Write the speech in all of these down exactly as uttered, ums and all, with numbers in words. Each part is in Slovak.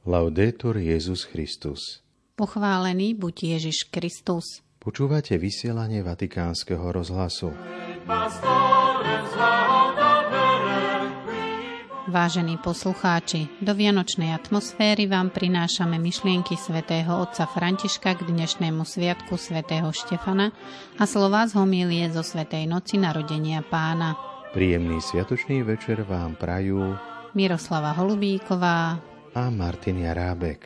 Laudetur Jesus Christus. Pochválený buď Ježiš Kristus. Počúvate vysielanie Vatikánskeho rozhlasu. Vážení poslucháči, do vianočnej atmosféry vám prinášame myšlienky svätého otca Františka k dnešnému sviatku svätého Štefana a slová z homílie zo svätej noci narodenia Pána. Príjemný sviatočný večer vám prajú Miroslava Holubíková a Martin Jarábek.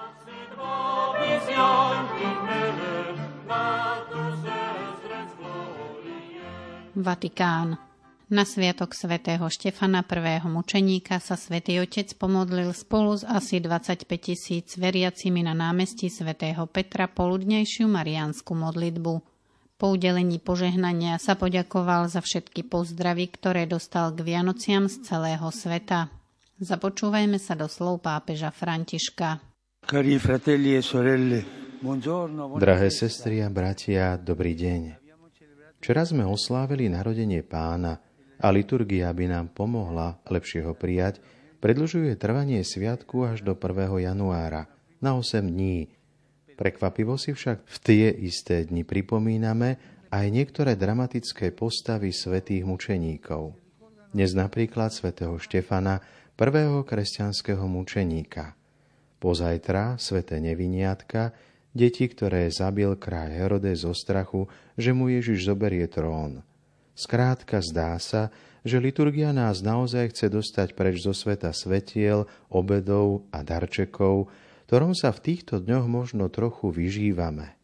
Vatikán. Na sviatok svätého Štefana, prvého mučeníka, sa svätý Otec pomodlil spolu s asi dvadsaťpäť tisíc veriacimi na námestí svätého Petra poludnejšiu mariánsku modlitbu. Po udelení požehnania sa poďakoval za všetky pozdravy, ktoré dostal k Vianociam z celého sveta. Započúvajme sa do slov pápeža Františka. Cari fratelli e sorelle, buongiorno. Drahé sestry a bratia, dobrý deň. Včera sme oslávili narodenie Pána a liturgia by nám pomohla lepšie ho prijať, predĺžuje trvanie sviatku až do prvého januára, na osem dní. Prekvapivo si však v tie isté dni pripomíname aj niektoré dramatické postavy svätých mučeníkov. Dnes napríklad svätého Štefana, prvého kresťanského mučeníka. Pozajtra sväté neviniatka, deti, ktoré zabil kráľ Herodes zo strachu, že mu Ježiš zoberie trón. Skrátka zdá sa, že liturgia nás naozaj chce dostať preč zo sveta svetiel, obedov a darčekov, ktorom sa v týchto dňoch možno trochu vyžívame.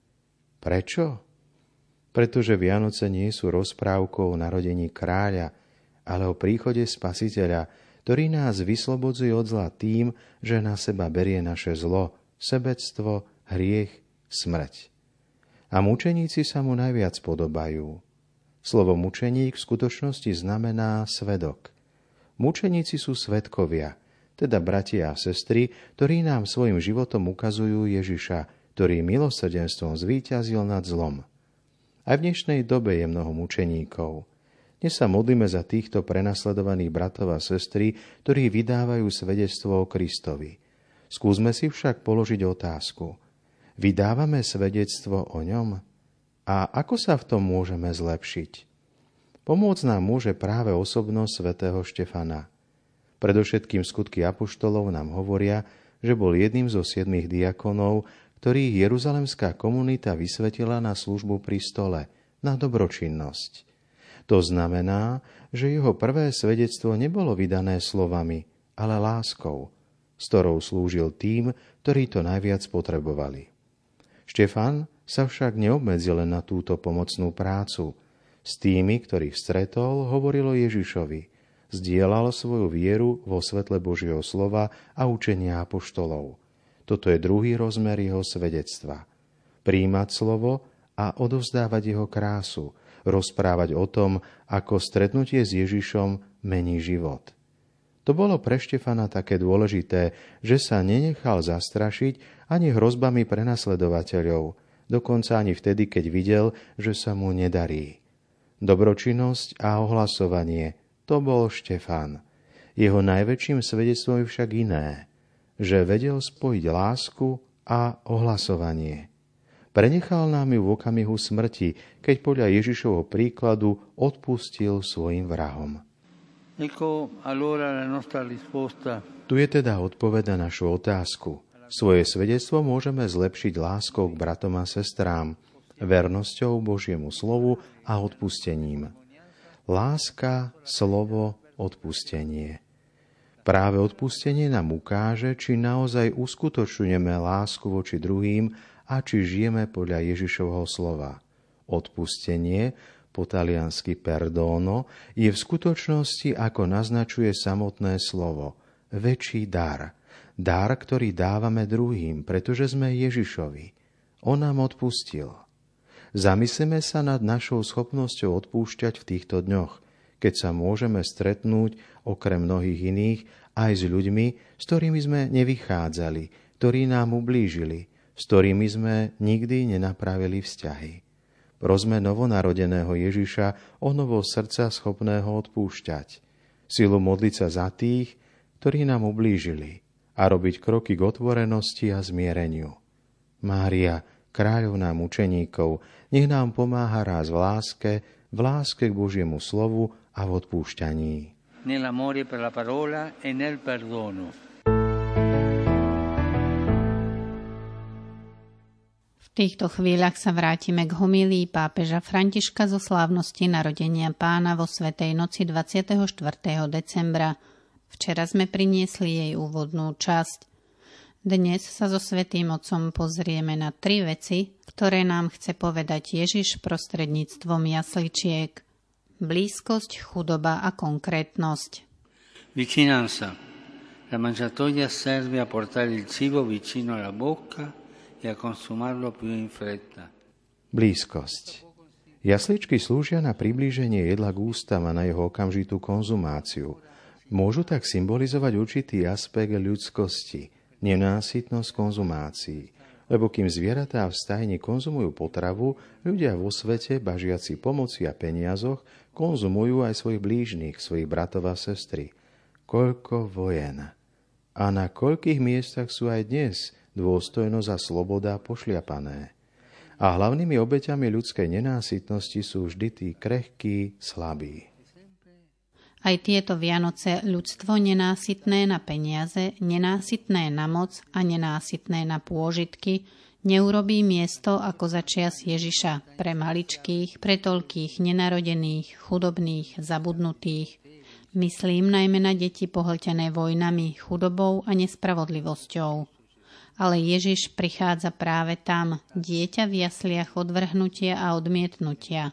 Prečo? Pretože Vianoce nie sú rozprávkou o narodení kráľa, ale o príchode Spasiteľa, ktorý nás vyslobodzuje od zla tým, že na seba berie naše zlo, sebectvo, hriech, smrť. A mučeníci sa mu najviac podobajú. Slovo mučeník v skutočnosti znamená svedok. Mučeníci sú svedkovia, teda bratia a sestry, ktorí nám svojim životom ukazujú Ježiša, ktorý milosrdenstvom zvíťazil nad zlom. Aj v dnešnej dobe je mnoho mučeníkov. Dnes sa modlíme za týchto prenasledovaných bratov a sestry, ktorí vydávajú svedectvo o Kristovi. Skúsme si však položiť otázku. Vydávame svedectvo o ňom? A ako sa v tom môžeme zlepšiť? Pomôcť nám môže práve osobnosť svätého Štefana. Predovšetkým skutky apoštolov nám hovoria, že bol jedným zo siedmich diakonov, ktorých jeruzalemská komunita vysvetila na službu pri stole, na dobročinnosť. To znamená, že jeho prvé svedectvo nebolo vydané slovami, ale láskou, s ktorou slúžil tým, ktorí to najviac potrebovali. Štefan sa však neobmedzil len na túto pomocnú prácu. S tými, ktorých stretol, hovoril o Ježišovi. Zdieľal svoju vieru vo svetle Božieho slova a učenia apoštolov. Toto je druhý rozmer jeho svedectva. Prijímať slovo a odovzdávať jeho krásu, rozprávať o tom, ako stretnutie s Ježišom mení život. To bolo pre Štefana také dôležité, že sa nenechal zastrašiť ani hrozbami prenasledovateľov, dokonca ani vtedy, keď videl, že sa mu nedarí. Dobročinnosť a ohlasovanie, to bol Štefan. Jeho najväčším svedectvom je však iné, že vedel spojiť lásku a ohlasovanie. Prenechal nám ju v okamihu smrti, keď podľa Ježišovho príkladu odpustil svojim vrahom. Tu je teda odpoveď na našu otázku. Svoje svedectvo môžeme zlepšiť láskou k bratom a sestrám, vernosťou Božiemu slovu a odpustením. Láska, slovo, odpustenie. Práve odpustenie nám ukáže, či naozaj uskutočňujeme lásku voči druhým a či žijeme podľa Ježišovho slova. Odpustenie, po taliansky perdono, je v skutočnosti, ako naznačuje samotné slovo, väčší dar. Dar, ktorý dávame druhým, pretože sme Ježišovi. On nám odpustil. Zamyslíme sa nad našou schopnosťou odpúšťať v týchto dňoch, keď sa môžeme stretnúť, okrem mnohých iných, aj s ľuďmi, s ktorými sme nevychádzali, ktorí nám ublížili, s ktorými sme nikdy nenapravili vzťahy. Prosme novonarodeného Ježiša o novo srdca schopného odpúšťať, silu modliť sa za tých, ktorí nám ublížili, a robiť kroky k otvorenosti a zmiereniu. Mária, kráľovná mučeníkov, nech nám pomáha raz v láske, v láske k Božiemu slovu a v odpúšťaní. Nell'amore per la parola e nel perdono. V týchto chvíľach sa vrátime k homílii pápeža Františka zo slávnosti narodenia Pána vo Svätej noci dvadsiateho štvrtého decembra. Včera sme priniesli jej úvodnú časť. Dnes sa so Svätým Otcom pozrieme na tri veci, ktoré nám chce povedať Ježiš prostredníctvom jasličiek. Blízkosť, chudoba a konkrétnosť. Vicinanza. La mangiatoia serve a portare il cibo vicino alla bocca e a consumarlo più in fretta. Blízkosť. Jasličky slúžia na priblíženie jedla k ústam a na jeho okamžitú konzumáciu. Môžu tak symbolizovať určitý aspekt ľudskosti, nenásytnosť konzumácií. Lebo kým zvieratá v stajni konzumujú potravu, ľudia vo svete, bažiaci pomoci a peniazoch, konzumujú aj svojich blížnych, svojich bratov a sestry. Koľko vojen! A na koľkých miestach sú aj dnes dôstojnosť a sloboda pošliapané. A hlavnými obeťami ľudskej nenásytnosti sú vždy tí krehkí, slabí. Aj tieto Vianoce ľudstvo nenásytné na peniaze, nenásytné na moc a nenásytné na pôžitky neurobí miesto ako za čias Ježiša pre maličkých, pre toľkých nenarodených, chudobných, zabudnutých. Myslím najmä na deti pohltené vojnami, chudobou a nespravodlivosťou. Ale Ježiš prichádza práve tam, dieťa v jasliach odvrhnutia a odmietnutia.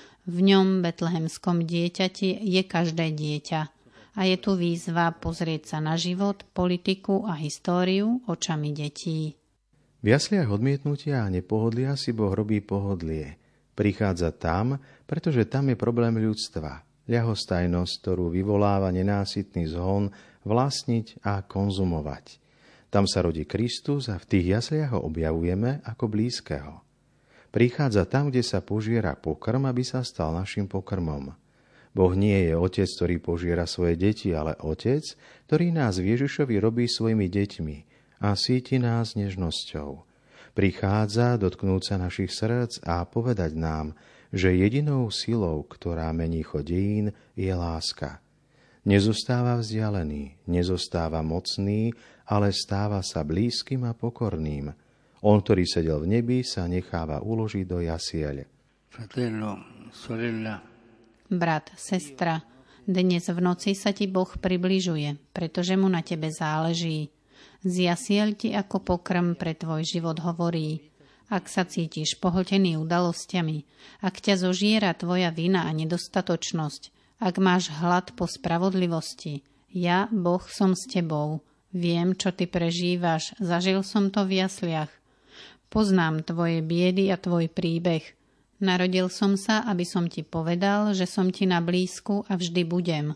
V ňom, betlehemskom dieťati, je každé dieťa. A je tu výzva pozrieť sa na život, politiku a históriu očami detí. V jasliach odmietnutia a nepohodlia si Boh robí pohodlie. Prichádza tam, pretože tam je problém ľudstva. Ľahostajnosť, ktorú vyvoláva nenásytný zhon, vlastniť a konzumovať. Tam sa rodí Kristus a v tých jasliach ho objavujeme ako blízkeho. Prichádza tam, kde sa požiera pokrm, aby sa stal našim pokrmom. Boh nie je otec, ktorý požiera svoje deti, ale otec, ktorý nás v Ježišovi robí svojimi deťmi a síti nás nežnosťou. Prichádza dotknúť sa našich srdc a povedať nám, že jedinou silou, ktorá mení chod dejín, je láska. Nezostáva vzdialený, nezostáva mocný, ale stáva sa blízkym a pokorným. On, ktorý sedel v nebi, sa necháva uložiť do jasieľ. Fratello, sorella. Brat, sestra, dnes v noci sa ti Boh približuje, pretože mu na tebe záleží. Z jasiel ti ako pokrm pre tvoj život hovorí. Ak sa cítiš pohltený udalosťami, ak ťa zožiera tvoja vina a nedostatočnosť, ak máš hlad po spravodlivosti, ja, Boh, som s tebou. Viem, čo ty prežívaš, zažil som to v jasliach. Poznám tvoje biedy a tvoj príbeh. Narodil som sa, aby som ti povedal, že som ti na blízku a vždy budem.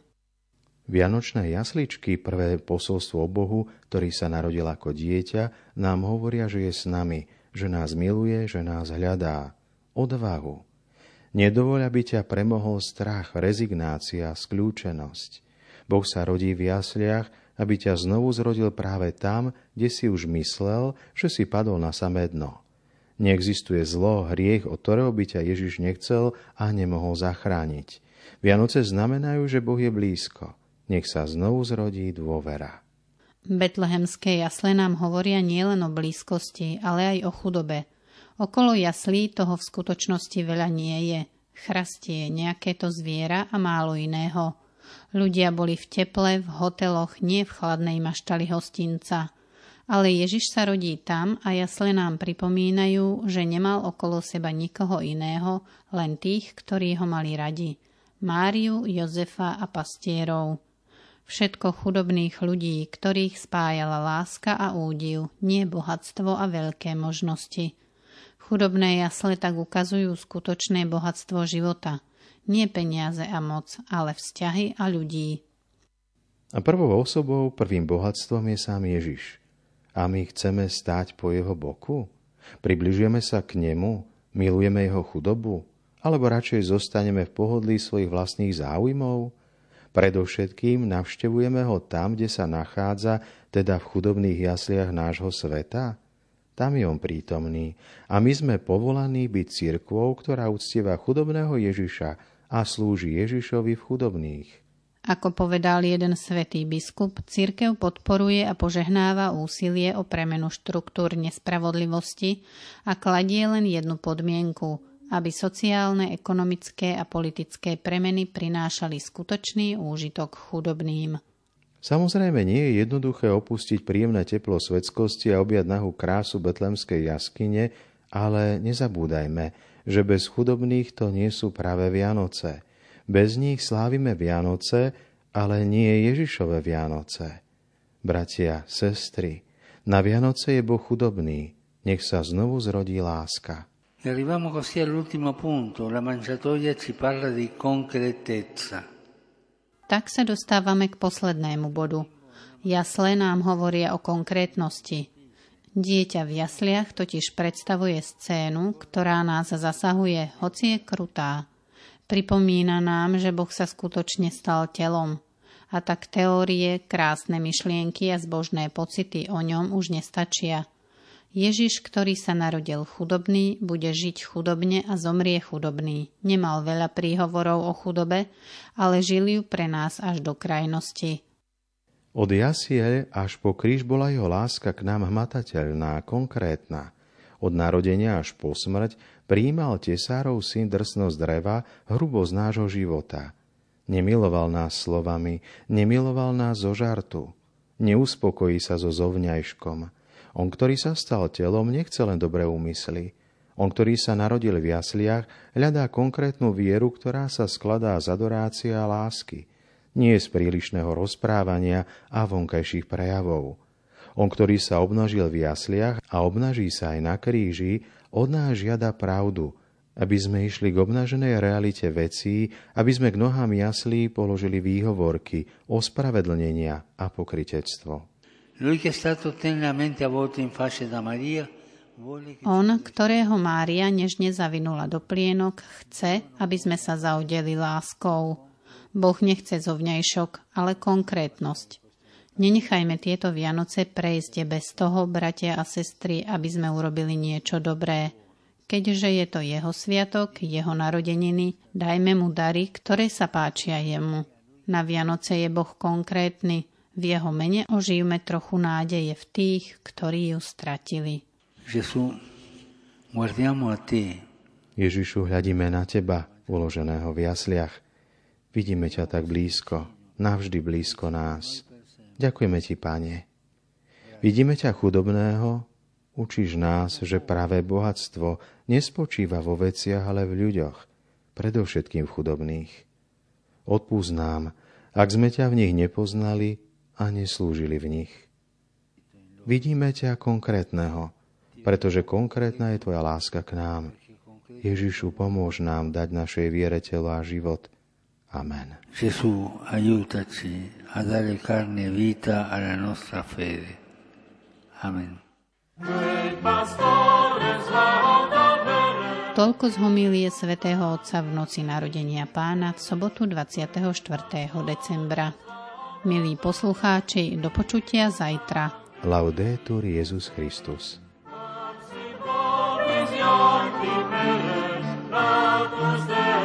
Vianočné jasličky, prvé posolstvo o Bohu, ktorý sa narodil ako dieťa, nám hovoria, že je s nami, že nás miluje, že nás hľadá. Odvahu. Nedovoľ, aby ťa premohol strach, rezignácia, skľúčenosť. Boh sa rodí v jasliach, aby ťa znovu zrodil práve tam, kde si už myslel, že si padol na samé dno. Neexistuje zlo, hriech, od ktorého by ťa Ježiš nechcel a nemohol zachrániť. Vianoce znamenajú, že Boh je blízko. Nech sa znovu zrodí dôvera. Betlehemské jasle nám hovoria nielen o blízkosti, ale aj o chudobe. Okolo jaslí toho v skutočnosti veľa nie je. Chrastie, nejaké to zviera a málo iného. Ľudia boli v teple, v hoteloch, nie v chladnej maštali hostinca. Ale Ježiš sa rodí tam a jasle nám pripomínajú, že nemal okolo seba nikoho iného, len tých, ktorí ho mali radi. Máriu, Jozefa a pastierov. Všetko chudobných ľudí, ktorých spájala láska a údiv, nie bohatstvo a veľké možnosti. Chudobné jasle tak ukazujú skutočné bohatstvo života. Nie peniaze a moc, ale vzťahy a ľudí. A prvou osobou, prvým bohatstvom je sám Ježiš. A my chceme stáť po jeho boku? Približujeme sa k nemu? Milujeme jeho chudobu? Alebo radšej zostaneme v pohodlí svojich vlastných záujmov? Predovšetkým navštevujeme ho tam, kde sa nachádza, teda v chudobných jasliach nášho sveta. Tam je on prítomný a my sme povolaní byť cirkvou, ktorá uctieva chudobného Ježiša a slúži Ježišovi v chudobných. Ako povedal jeden svätý biskup, cirkev podporuje a požehnáva úsilie o premenu štruktúr nespravodlivosti a kladie len jednu podmienku, aby sociálne, ekonomické a politické premeny prinášali skutočný úžitok chudobným. Samozrejme nie je jednoduché opustiť príjemné teplo svetskosti a objať nahú krásu betlemskej jaskyne, ale nezabúdajme, že bez chudobných to nie sú práve Vianoce. Bez nich slávime Vianoce, ale nie Ježišove Vianoce. Bratia, sestry, na Vianoce je Boh chudobný, nech sa znovu zrodí láska. E arriviamo così all'ultimo punto, la mangiatoia ci parla di concretezza. Tak sa dostávame k poslednému bodu. Jasle nám hovoria o konkrétnosti. Dieťa v jasliach totiž predstavuje scénu, ktorá nás zasahuje, hoci je krutá. Pripomína nám, že Boh sa skutočne stal telom. A tak teórie, krásne myšlienky a zbožné pocity o ňom už nestačia. Ježiš, ktorý sa narodil chudobný, bude žiť chudobne a zomrie chudobný. Nemal veľa príhovorov o chudobe, ale žil ju pre nás až do krajnosti. Od jasiel až po kríž bola jeho láska k nám hmatateľná, konkrétna. Od narodenia až po smrť prijímal tesárov syn drsnosť dreva, hrubosť nášho života. Nemiloval nás slovami, nemiloval nás zo žartu. Neuspokojí sa so zovňajškom. On, ktorý sa stal telom, nechce len dobré úmysly. On, ktorý sa narodil v jasliach, hľadá konkrétnu vieru, ktorá sa skladá z adorácie a lásky. Nie z prílišného rozprávania a vonkajších prejavov. On, ktorý sa obnažil v jasliach a obnaží sa aj na kríži, od nás žiada pravdu, aby sme išli k obnaženej realite vecí, aby sme k nohám jaslí položili výhovorky, ospravedlnenia a pokrytectvo. On, ktorého Mária nežne zavinula do plienok, chce, aby sme sa zaudeli láskou. Boh nechce zovňajšok, ale konkrétnosť. Nenechajme tieto Vianoce prejsť bez toho, bratia a sestry, aby sme urobili niečo dobré. Keďže je to jeho sviatok, jeho narodeniny, dajme mu dary, ktoré sa páčia jemu. Na Vianoce je Boh konkrétny. V jeho mene ožijme trochu nádeje v tých, ktorí ju stratili. Ježišu, hľadíme na teba, uloženého v jasliach. Vidíme ťa tak blízko, navždy blízko nás. Ďakujeme ti, Pane. Vidíme ťa chudobného, učíš nás, že práve bohatstvo nespočíva vo veciach, ale v ľuďoch, predovšetkým v chudobných. Odpúsť nám, ak sme ťa v nich nepoznali a neslúžili v nich. Vidíme ťa konkrétneho, pretože konkrétna je tvoja láska k nám. Ježišu, pomôž nám dať našej viere telo a život. Amen. Gesù, aiutaci a dare carne e vita alla nostra fede. Amen. Toľko z homílie svätého Otca v noci narodenia Pána v sobotu dvadsiateho štvrtého decembra. Milí poslucháči, do počutia zajtra. Laudetur Jesus Christus. Vision,